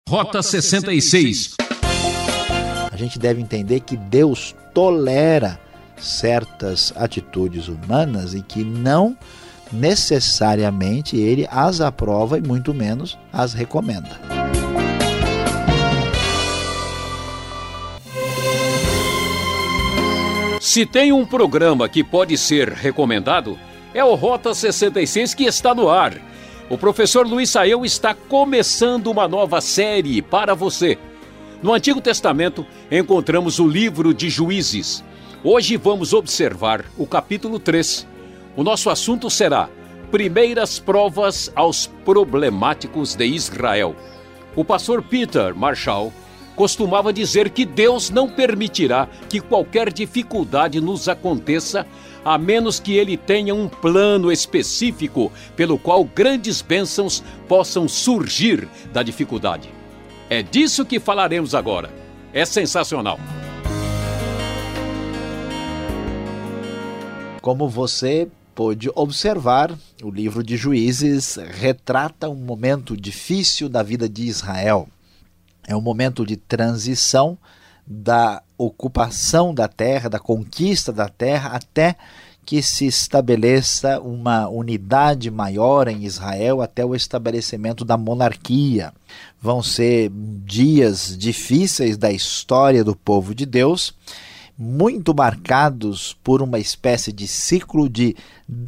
Rota 66. A gente deve entender que Deus tolera certas atitudes humanas e que não necessariamente Ele as aprova e muito menos as recomenda. Se tem um programa que pode ser recomendado, é o Rota 66 que está no ar. O professor Luiz Saião está começando uma nova série para você. No Antigo Testamento, encontramos o livro de Juízes. Hoje vamos observar o capítulo 3. O nosso assunto será Primeiras Provas aos Problemáticos de Israel. O pastor Peter Marshall costumava dizer que Deus não permitirá que qualquer dificuldade nos aconteça, a menos que Ele tenha um plano específico pelo qual grandes bênçãos possam surgir da dificuldade. É disso que falaremos agora. É sensacional. Como você pôde observar, o livro de Juízes retrata um momento difícil da vida de Israel. É um momento de transição da ocupação da terra, da conquista da terra, até que se estabeleça uma unidade maior em Israel, até o estabelecimento da monarquia. Vão ser dias difíceis da história do povo de Deus, muito marcados por uma espécie de ciclo de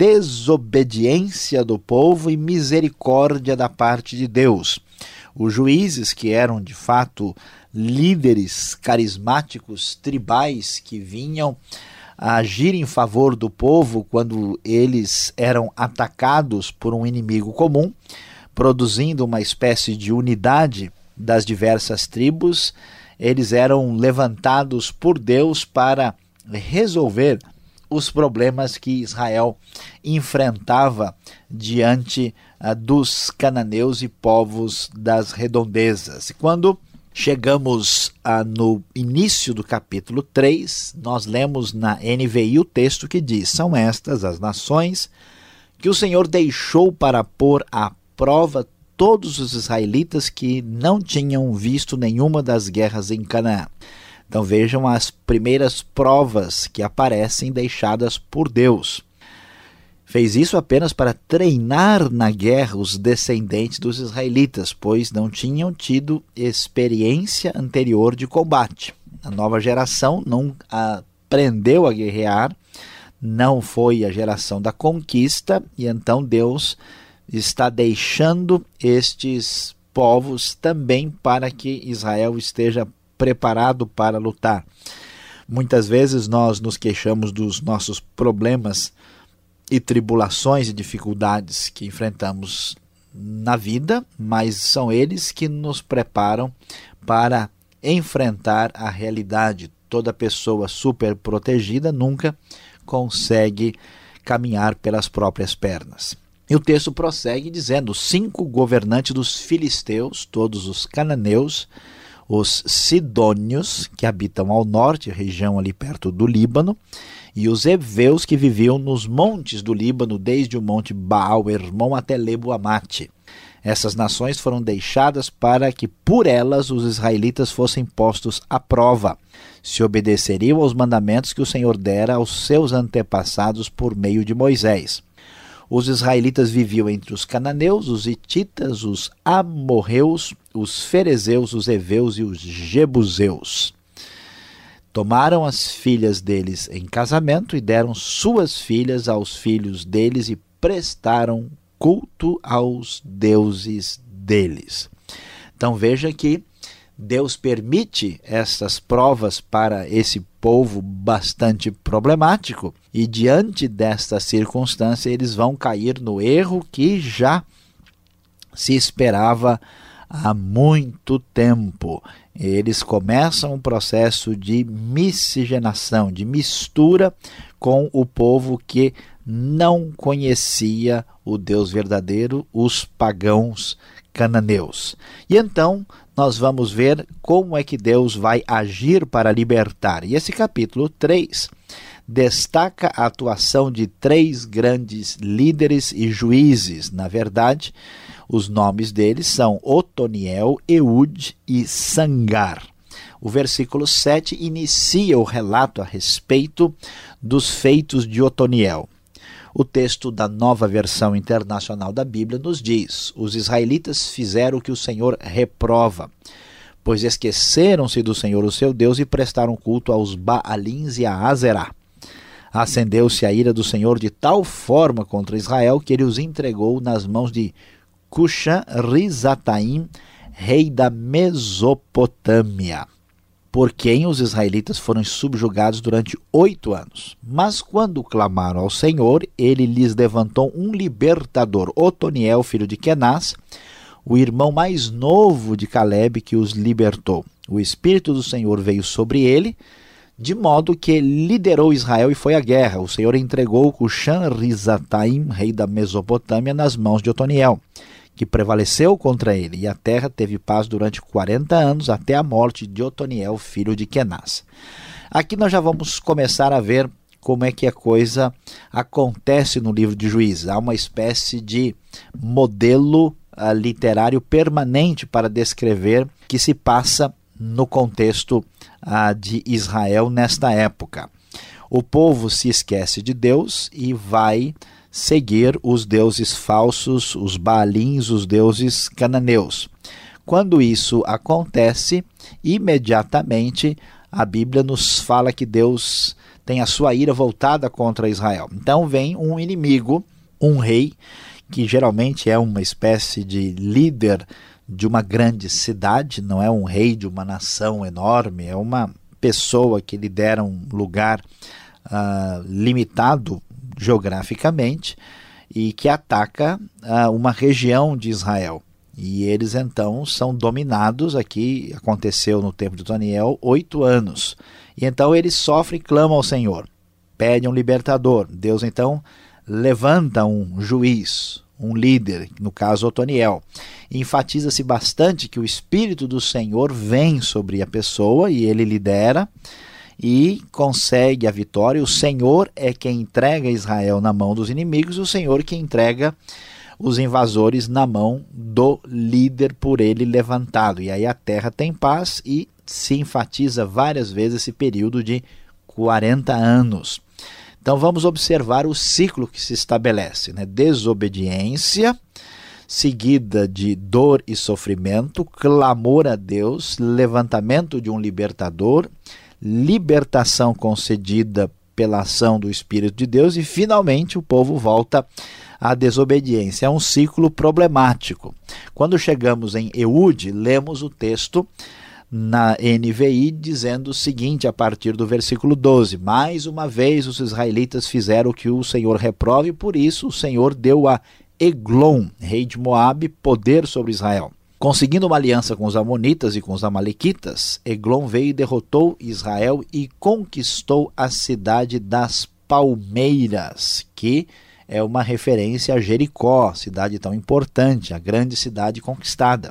desobediência do povo e misericórdia da parte de Deus. Os juízes, que eram de fato líderes carismáticos tribais que vinham a agir em favor do povo quando eles eram atacados por um inimigo comum, produzindo uma espécie de unidade das diversas tribos, eles eram levantados por Deus para resolver os problemas que Israel enfrentava diante dos cananeus e povos das redondezas. E quando chegamos no início do capítulo 3, nós lemos na NVI o texto que diz: são estas as nações que o Senhor deixou para pôr à prova todos os israelitas que não tinham visto nenhuma das guerras em Canaã. Então vejam as primeiras provas que aparecem deixadas por Deus. Fez isso apenas para treinar na guerra os descendentes dos israelitas, pois não tinham tido experiência anterior de combate. A nova geração não aprendeu a guerrear, não foi a geração da conquista, e então Deus está deixando estes povos também para que Israel esteja preparado para lutar. Muitas vezes nós nos queixamos dos nossos problemas e tribulações e dificuldades que enfrentamos na vida, mas são eles que nos preparam para enfrentar a realidade. Toda pessoa super protegida nunca consegue caminhar pelas próprias pernas. E o texto prossegue dizendo: 5 governantes dos filisteus, todos os cananeus, os sidônios, que habitam ao norte, região ali perto do Líbano, e os heveus, que viviam nos montes do Líbano, desde o monte Baal Hermon até Lebo-Amate. Essas nações foram deixadas para que por elas os israelitas fossem postos à prova, se obedeceriam aos mandamentos que o Senhor dera aos seus antepassados por meio de Moisés. Os israelitas viviam entre os cananeus, os hititas, os amorreus, os ferezeus, os heveus e os jebuseus. Tomaram as filhas deles em casamento e deram suas filhas aos filhos deles e prestaram culto aos deuses deles. Então veja que Deus permite essas provas para esse povo bastante problemático, e diante desta circunstância eles vão cair no erro que já se esperava há muito tempo. Eles começam um processo de miscigenação, de mistura com o povo que não conhecia o Deus verdadeiro, os pagãos cananeus. E então nós vamos ver como é que Deus vai agir para libertar. E esse capítulo 3 destaca a atuação de 3 grandes líderes e juízes. Na verdade, os nomes deles são Otoniel, Eude e Sangar. O versículo 7 inicia o relato a respeito dos feitos de Otoniel. O texto da Nova Versão Internacional da Bíblia nos diz: os israelitas fizeram o que o Senhor reprova, pois esqueceram-se do Senhor o seu Deus e prestaram culto aos Baalins e a Azerá. Acendeu-se a ira do Senhor de tal forma contra Israel que ele os entregou nas mãos de Cushan-Risataim, rei da Mesopotâmia, por quem os israelitas foram subjugados durante 8 anos. Mas quando clamaram ao Senhor, ele lhes levantou um libertador, Otoniel, filho de Kenaz, o irmão mais novo de Caleb, que os libertou. O Espírito do Senhor veio sobre ele, de modo que liderou Israel e foi à guerra. O Senhor entregou Cushan-Risataim, rei da Mesopotâmia, nas mãos de Otoniel, que prevaleceu contra ele, e a terra teve paz durante 40 anos, até a morte de Otoniel, filho de Kenaz. Aqui nós já vamos começar a ver como é que a coisa acontece no livro de Juízes. Há uma espécie de modelo literário permanente para descrever o que se passa no contexto de Israel nesta época. O povo se esquece de Deus e vai seguir os deuses falsos, os Baalins, os deuses cananeus. Quando isso acontece, imediatamente a Bíblia nos fala que Deus tem a sua ira voltada contra Israel. Então vem um inimigo, um rei, que geralmente é uma espécie de líder de uma grande cidade, não é um rei de uma nação enorme, é uma pessoa que lidera um lugar limitado geograficamente e que ataca uma região de Israel. E eles então são dominados. Aqui aconteceu no tempo de Otoniel 8 anos. E então eles sofrem e clamam ao Senhor, pedem um libertador. Deus então levanta um juiz, um líder, no caso Otoniel. Enfatiza-se bastante que o Espírito do Senhor vem sobre a pessoa e ele lidera e consegue a vitória. O Senhor é quem entrega Israel na mão dos inimigos, o Senhor que entrega os invasores na mão do líder por ele levantado. E aí a terra tem paz e se enfatiza várias vezes esse período de 40 anos. Então vamos observar o ciclo que se estabelece, né? Desobediência, seguida de dor e sofrimento, clamor a Deus, levantamento de um libertador, libertação concedida pela ação do Espírito de Deus e finalmente o povo volta à desobediência. É um ciclo problemático. Quando chegamos em Eude, lemos o texto na NVI dizendo o seguinte a partir do versículo 12: mais uma vez os israelitas fizeram o que o Senhor reprova e por isso o Senhor deu a Eglon, rei de Moabe, poder sobre Israel. Conseguindo uma aliança com os amonitas e com os amalequitas, Eglon veio e derrotou Israel e conquistou a cidade das Palmeiras, que é uma referência a Jericó, cidade tão importante, a grande cidade conquistada.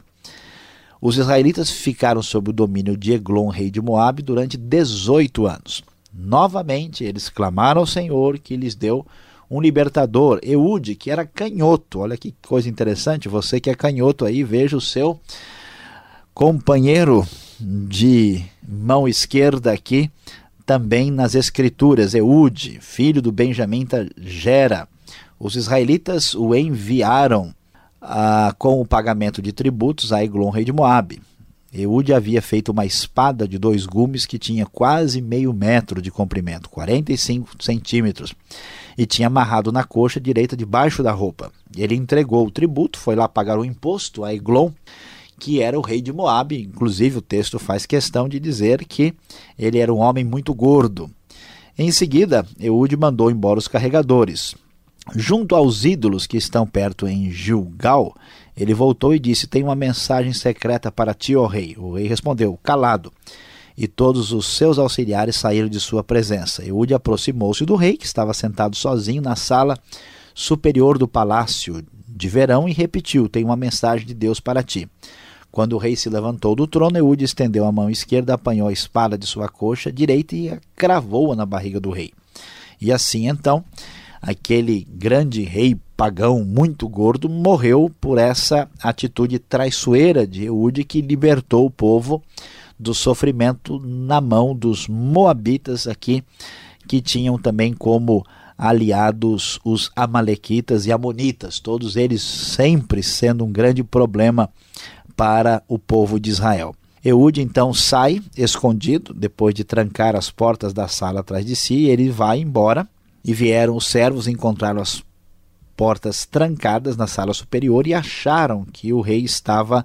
Os israelitas ficaram sob o domínio de Eglon, rei de Moabe, durante 18 anos. Novamente, eles clamaram ao Senhor, que lhes deu um libertador, Eude, que era canhoto. Olha que coisa interessante, você que é canhoto aí, veja o seu companheiro de mão esquerda aqui, também nas escrituras, Eude, filho do benjamita Gera. Os israelitas o enviaram com o pagamento de tributos a Eglon, rei de Moabe. Eude havia feito uma espada de 2 gumes que tinha quase meio metro de comprimento, 45 centímetros, e tinha amarrado na coxa direita debaixo da roupa. Ele entregou o tributo, foi lá pagar o imposto a Eglon, que era o rei de Moabe. Inclusive o texto faz questão de dizer que ele era um homem muito gordo. Em seguida, Eude mandou embora os carregadores. Junto aos ídolos que estão perto em Gilgal, ele voltou e disse: tem uma mensagem secreta para ti, ó rei. O rei respondeu: calado. E todos os seus auxiliares saíram de sua presença. Eude aproximou-se do rei, que estava sentado sozinho na sala superior do palácio de verão, e repetiu: tem uma mensagem de Deus para ti. Quando o rei se levantou do trono, Eude estendeu a mão esquerda, apanhou a espada de sua coxa direita e cravou-a na barriga do rei. E assim então, aquele grande rei pagão muito gordo morreu por essa atitude traiçoeira de Eude, que libertou o povo do sofrimento na mão dos moabitas aqui, que tinham também como aliados os amalequitas e amonitas, todos eles sempre sendo um grande problema para o povo de Israel. Eude então sai escondido, depois de trancar as portas da sala atrás de si, ele vai embora, e vieram os servos, encontraram as portas trancadas na sala superior e acharam que o rei estava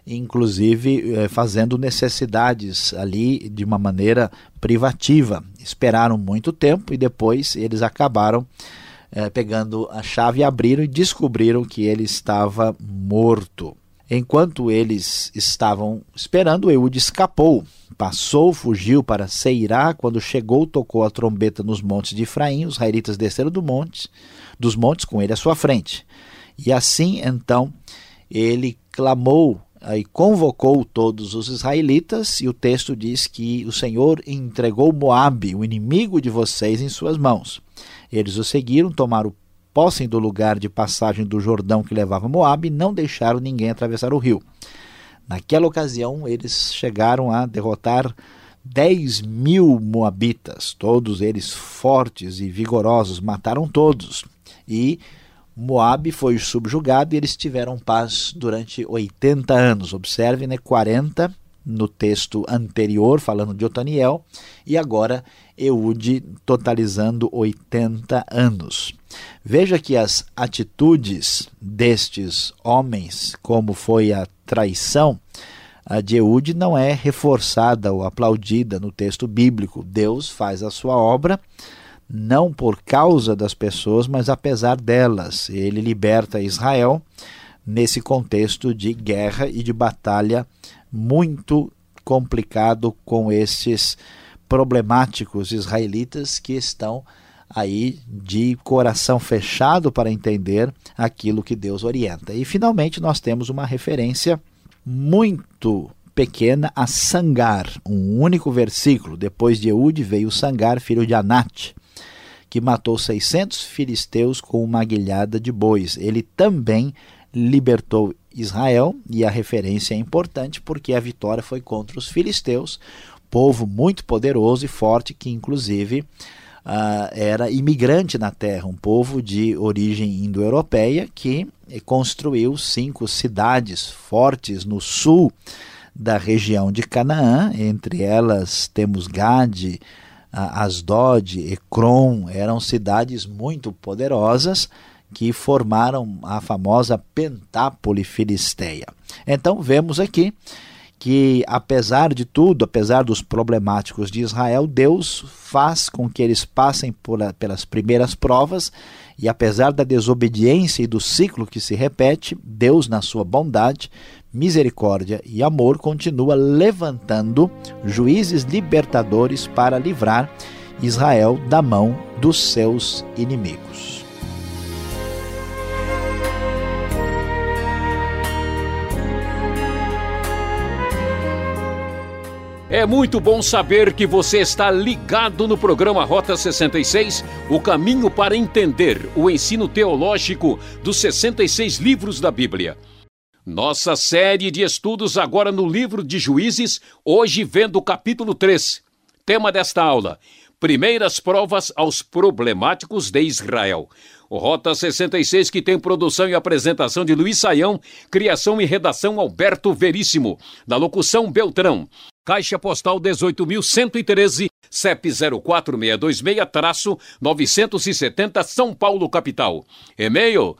inclusive fazendo necessidades ali de uma maneira privativa. Esperaram muito tempo e depois eles acabaram pegando a chave, abriram e descobriram que ele estava morto. Enquanto eles estavam esperando, Eude escapou, passou, fugiu para Seirá. Quando chegou, tocou a trombeta nos montes de Efraim. Os israelitas desceram dos montes com ele à sua frente. E assim, então, ele clamou e convocou todos os israelitas, e o texto diz que o Senhor entregou Moabe, o inimigo de vocês, em suas mãos. Eles o seguiram, tomaram posse do lugar de passagem do Jordão que levava a Moabe, e não deixaram ninguém atravessar o rio. Naquela ocasião, eles chegaram a derrotar 10.000 moabitas, todos eles fortes e vigorosos, mataram todos. E Moabe foi subjugado e eles tiveram paz durante 80 anos. Observe, 40 no texto anterior, falando de Otaniel, e agora Eude totalizando 80 anos. Veja que as atitudes destes homens, como foi a traição, a de Eude não é reforçada ou aplaudida no texto bíblico. Deus faz a sua obra não por causa das pessoas, mas apesar delas. Ele liberta Israel nesse contexto de guerra e de batalha muito complicado com esses problemáticos israelitas que estão aí de coração fechado para entender aquilo que Deus orienta. E finalmente nós temos uma referência muito pequena a Sangar, um único versículo. Depois de Eude veio Sangar, filho de Anate, que matou 600 filisteus com uma aguilhada de bois. Ele também libertou Israel, e a referência é importante porque a vitória foi contra os filisteus, povo muito poderoso e forte, que inclusive era imigrante na terra, um povo de origem indo-europeia que construiu 5 cidades fortes no sul da região de Canaã. Entre elas temos Gade, Asdod, Ecrom. Eram cidades muito poderosas que formaram a famosa Pentápole Filisteia. Então vemos aqui que, apesar de tudo, apesar dos problemáticos de Israel, Deus faz com que eles passem pelas primeiras provas, e apesar da desobediência e do ciclo que se repete, Deus, na sua bondade, misericórdia e amor, continua levantando juízes libertadores para livrar Israel da mão dos seus inimigos. É muito bom saber que você está ligado no programa Rota 66, o caminho para entender o ensino teológico dos 66 livros da Bíblia. Nossa série de estudos agora no livro de Juízes, hoje vendo o capítulo 3. Tema desta aula: primeiras provas aos problemáticos de Israel. O Rota 66, que tem produção e apresentação de Luiz Saião, criação e redação Alberto Veríssimo, da locução Beltrão. Caixa Postal 18.113, CEP 04626-970, São Paulo, capital. E-mail,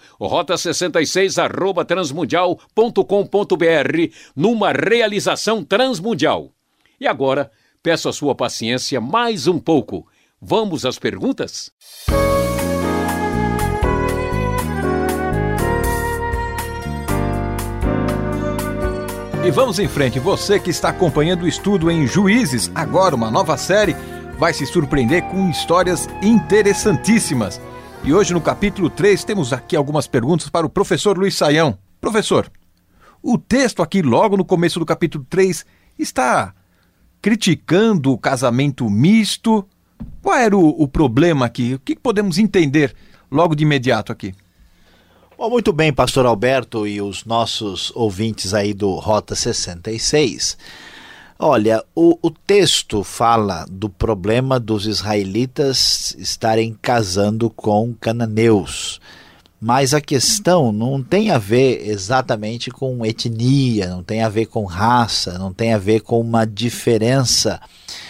rota66@transmundial.com.br, numa realização transmundial. E agora, peço a sua paciência mais um pouco. Vamos às perguntas? E vamos em frente. Você que está acompanhando o estudo em Juízes, agora uma nova série, vai se surpreender com histórias interessantíssimas. E hoje no capítulo 3 temos aqui algumas perguntas para o professor Luiz Saião. Professor, o texto aqui logo no começo do capítulo 3 está criticando o casamento misto Qual era o problema aqui? O que podemos entender logo de imediato aqui? Bom, muito bem, pastor Alberto e os nossos ouvintes aí do Rota 66. Olha, o texto fala do problema dos israelitas estarem casando com cananeus. Mas a questão não tem a ver exatamente com etnia, não tem a ver com raça, não tem a ver com uma diferença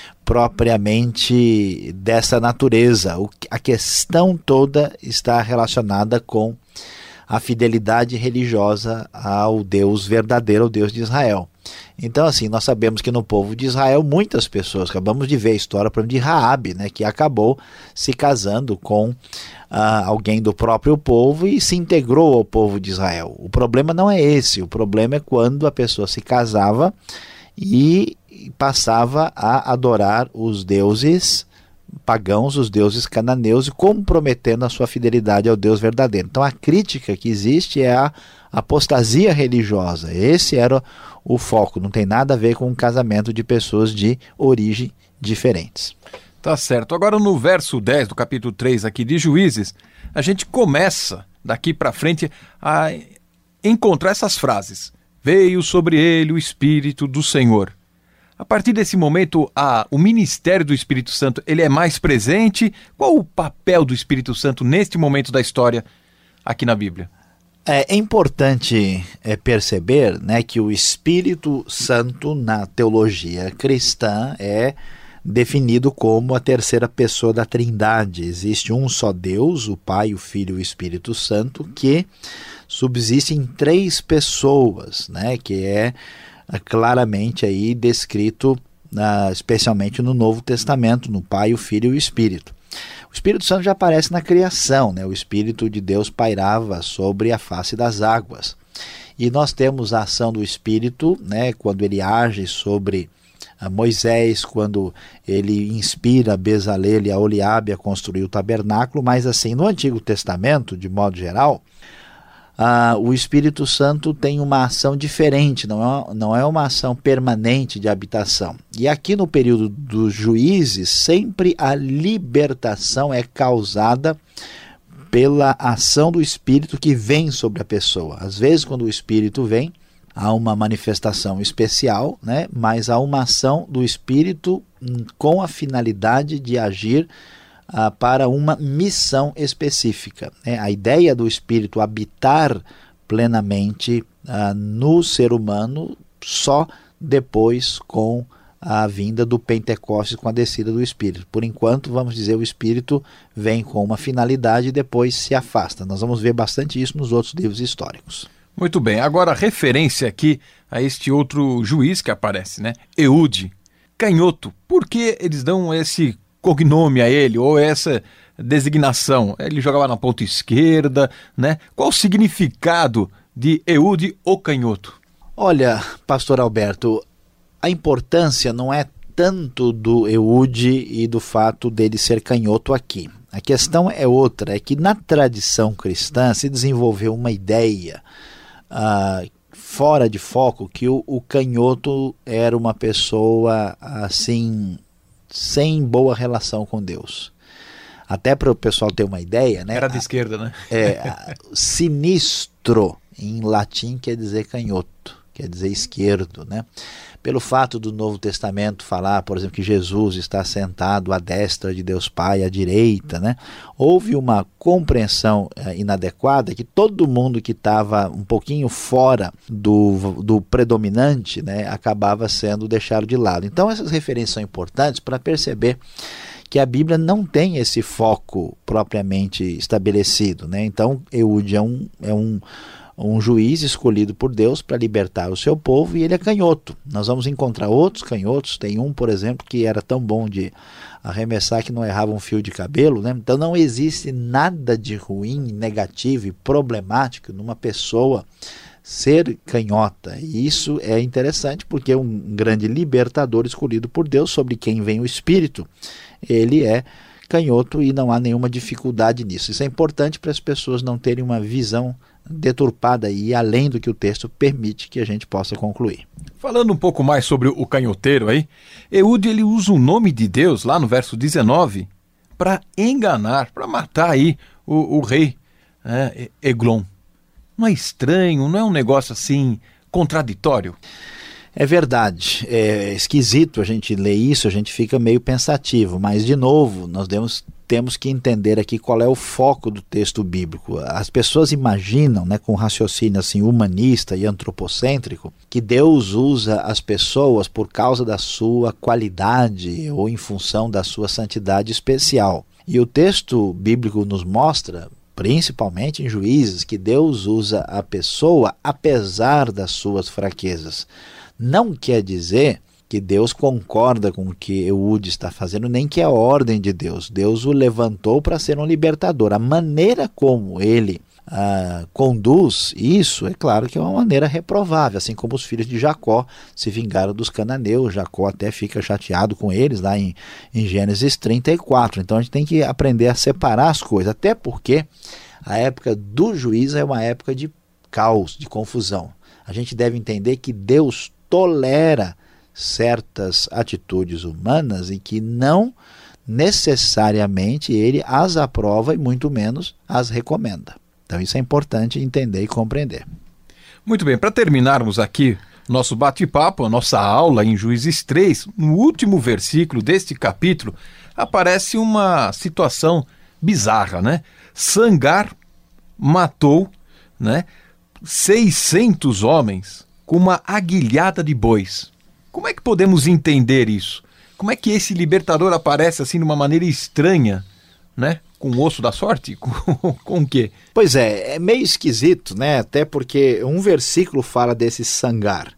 propriamente dessa natureza. A questão toda está relacionada com a fidelidade religiosa ao Deus verdadeiro, ao Deus de Israel. Então, assim, nós sabemos que no povo de Israel, muitas pessoas, acabamos de ver a história, por exemplo, de Raabe, né, que acabou se casando com alguém do próprio povo e se integrou ao povo de Israel. O problema não é esse, o problema é quando a pessoa se casava e passava a adorar os deuses pagãos, os deuses cananeus, e comprometendo a sua fidelidade ao Deus verdadeiro. Então a crítica que existe é a apostasia religiosa. Esse era o foco, não tem nada a ver com um casamento de pessoas de origem diferentes. Tá certo. Agora no verso 10 do capítulo 3 aqui de Juízes, a gente começa daqui para frente a encontrar essas frases. Veio sobre ele o Espírito do Senhor. A partir desse momento, o ministério do Espírito Santo, ele é mais presente? Qual o papel do Espírito Santo neste momento da história aqui na Bíblia? É importante perceber, né, que o Espírito Santo na teologia cristã é definido como a terceira pessoa da Trindade. Existe um só Deus, o Pai, o Filho e o Espírito Santo, que subsiste em três pessoas, né, que é claramente aí descrito especialmente no Novo Testamento, no Pai, o Filho e o Espírito. O Espírito Santo já aparece na criação, né? O Espírito de Deus pairava sobre a face das águas. E nós temos a ação do Espírito, né, quando ele age sobre Moisés, quando ele inspira Bezalel e Aholiabe a construir o tabernáculo, mas assim, no Antigo Testamento, de modo geral, o Espírito Santo tem uma ação diferente, não é uma ação permanente de habitação. E aqui no período dos Juízes, sempre a libertação é causada pela ação do Espírito que vem sobre a pessoa. Às vezes, quando o Espírito vem, há uma manifestação especial, né? Mas há uma ação do Espírito com a finalidade de agir para uma missão específica. A ideia do Espírito habitar plenamente no ser humano só depois com a vinda do Pentecostes, com a descida do Espírito. Por enquanto, vamos dizer, o Espírito vem com uma finalidade e depois se afasta. Nós vamos ver bastante isso nos outros livros históricos. Muito bem, agora referência aqui a este outro juiz que aparece, né? Eude, canhoto. Por que eles dão esse cognome a ele, ou essa designação? Ele jogava na ponta esquerda, né? Qual o significado de Eude, o canhoto? Olha, pastor Alberto, a importância não é tanto do Eude e do fato dele ser canhoto aqui. A questão é outra, é que na tradição cristã se desenvolveu uma ideia fora de foco, que o canhoto era uma pessoa assim, sem boa relação com Deus. Até para o pessoal ter uma ideia, né? Era de esquerda, né? Sinistro em latim quer dizer canhoto, quer dizer esquerdo, né? Pelo fato do Novo Testamento falar, por exemplo, que Jesus está sentado à destra de Deus Pai, à direita, né? Houve uma compreensão inadequada que todo mundo que estava um pouquinho fora do predominante, né, acabava sendo deixado de lado. Então essas referências são importantes para perceber que a Bíblia não tem esse foco propriamente estabelecido, né? Então Eude é um juiz escolhido por Deus para libertar o seu povo, e ele é canhoto. Nós vamos encontrar outros canhotos. Tem um, por exemplo, que era tão bom de arremessar que não errava um fio de cabelo, né? Então não existe nada de ruim, negativo e problemático numa pessoa ser canhota. E isso é interessante porque um grande libertador escolhido por Deus, sobre quem vem o Espírito, ele é canhoto e não há nenhuma dificuldade nisso. Isso é importante para as pessoas não terem uma visão deturpada e além do que o texto permite que a gente possa concluir. Falando um pouco mais sobre o canhoteiro aí, Eude ele usa o nome de Deus lá no verso 19 para enganar, para matar aí o rei Eglon. Não é estranho, não é um negócio assim contraditório? É verdade, é esquisito a gente ler isso, a gente fica meio pensativo, mas de novo, nós temos que entender aqui qual é o foco do texto bíblico. As pessoas imaginam, com raciocínio assim humanista e antropocêntrico, que Deus usa as pessoas por causa da sua qualidade ou em função da sua santidade especial. E o texto bíblico nos mostra, principalmente em Juízes, que Deus usa a pessoa apesar das suas fraquezas. Não quer dizer que Deus concorda com o que Eude está fazendo, nem que é a ordem de Deus. Deus o levantou para ser um libertador. A maneira como ele conduz isso, é claro que é uma maneira reprovável, assim como os filhos de Jacó se vingaram dos cananeus. Jacó até fica chateado com eles lá em Gênesis 34. Então a gente tem que aprender a separar as coisas, até porque a época do juízo é uma época de caos, de confusão. A gente deve entender que Deus tolera certas atitudes humanas e que não necessariamente ele as aprova e muito menos as recomenda. Então isso é importante entender e compreender. Muito bem, para terminarmos aqui nosso bate-papo, a nossa aula em Juízes 3, no último versículo deste capítulo, aparece uma situação bizarra, Sangar matou 600 homens com uma aguilhada de bois. Como é que podemos entender isso? Como é que esse libertador aparece assim de uma maneira estranha, com o osso da sorte? Com o quê? Pois é meio esquisito, até porque um versículo fala desse Sangar.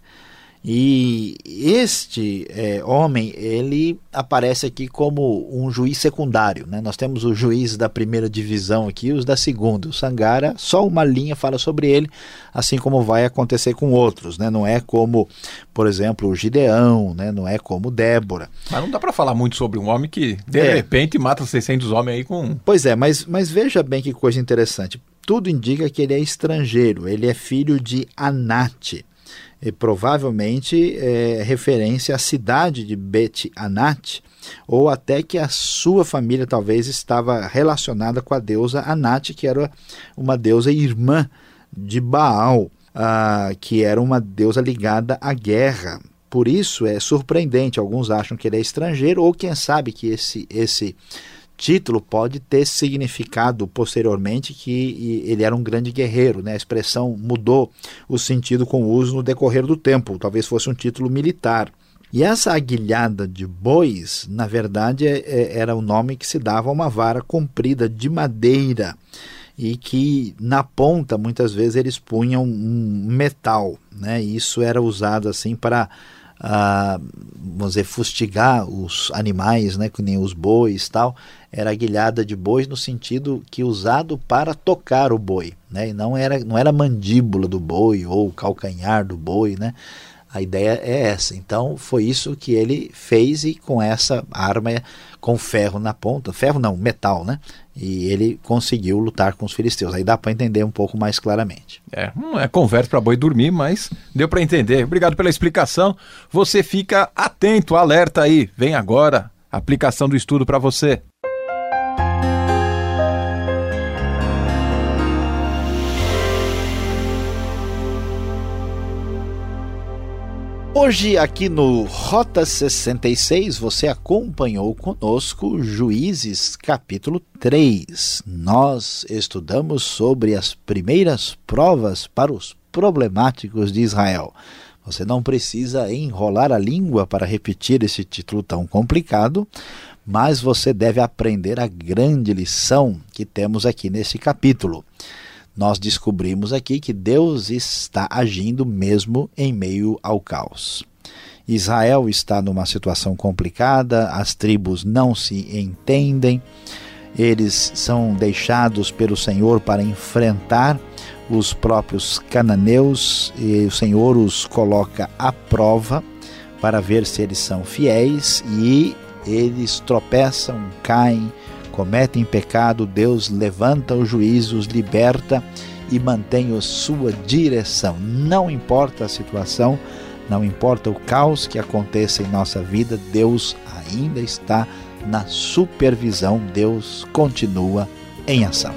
E este homem, ele aparece aqui como um juiz secundário, Nós temos os juízes da primeira divisão aqui e os da segunda. O Sangara, só uma linha fala sobre ele, assim como vai acontecer com outros, Não é como, por exemplo, o Gideão, Não é como Débora. Mas não dá para falar muito sobre um homem que, de repente, mata 600 homens aí com... Pois é, mas veja bem que coisa interessante. Tudo indica que ele é estrangeiro, ele é filho de Anate. E provavelmente referência à cidade de Bet-Anat, ou até que a sua família talvez estava relacionada com a deusa Anat, que era uma deusa irmã de Baal, que era uma deusa ligada à guerra. Por isso é surpreendente, alguns acham que ele é estrangeiro, ou quem sabe que esse título pode ter significado posteriormente que ele era um grande guerreiro, A expressão mudou o sentido com o uso no decorrer do tempo, talvez fosse um título militar. E essa aguilhada de bois, na verdade, era o nome que se dava a uma vara comprida de madeira e que na ponta muitas vezes eles punham um metal, E isso era usado assim para vamos dizer, fustigar os animais, que nem os bois e tal. Era aguilhada de bois no sentido que usado para tocar o boi, e não era a mandíbula do boi ou o calcanhar do boi, A ideia é essa. Então foi isso que ele fez, e com essa arma com ferro na ponta, ferro não, metal, e ele conseguiu lutar com os filisteus. Aí dá para entender um pouco mais claramente. Não é conversa para boi dormir, mas deu para entender. Obrigado pela explicação. Você fica atento, alerta aí. Vem agora a aplicação do estudo para você. Hoje aqui no Rota 66 você acompanhou conosco Juízes capítulo 3. Nós estudamos sobre as primeiras provas para os problemáticos de Israel. Você não precisa enrolar a língua para repetir esse título tão complicado, mas você deve aprender a grande lição que temos aqui nesse capítulo. Nós descobrimos aqui que Deus está agindo mesmo em meio ao caos. Israel está numa situação complicada, as tribos não se entendem, eles são deixados pelo Senhor para enfrentar os próprios cananeus, e o Senhor os coloca à prova para ver se eles são fiéis, e eles tropeçam, caem, cometem pecado. Deus levanta o juízo, os liberta e mantém a sua direção. Não importa a situação, não importa o caos que aconteça em nossa vida, Deus ainda está na supervisão. Deus continua em ação.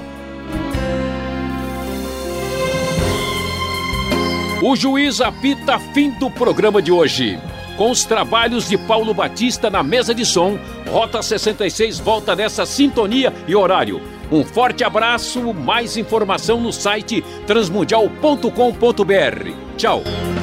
O Juiz apita, fim do programa de hoje. Com os trabalhos de Paulo Batista na mesa de som, Rota 66 volta nessa sintonia e horário. Um forte abraço, mais informação no site transmundial.com.br. Tchau.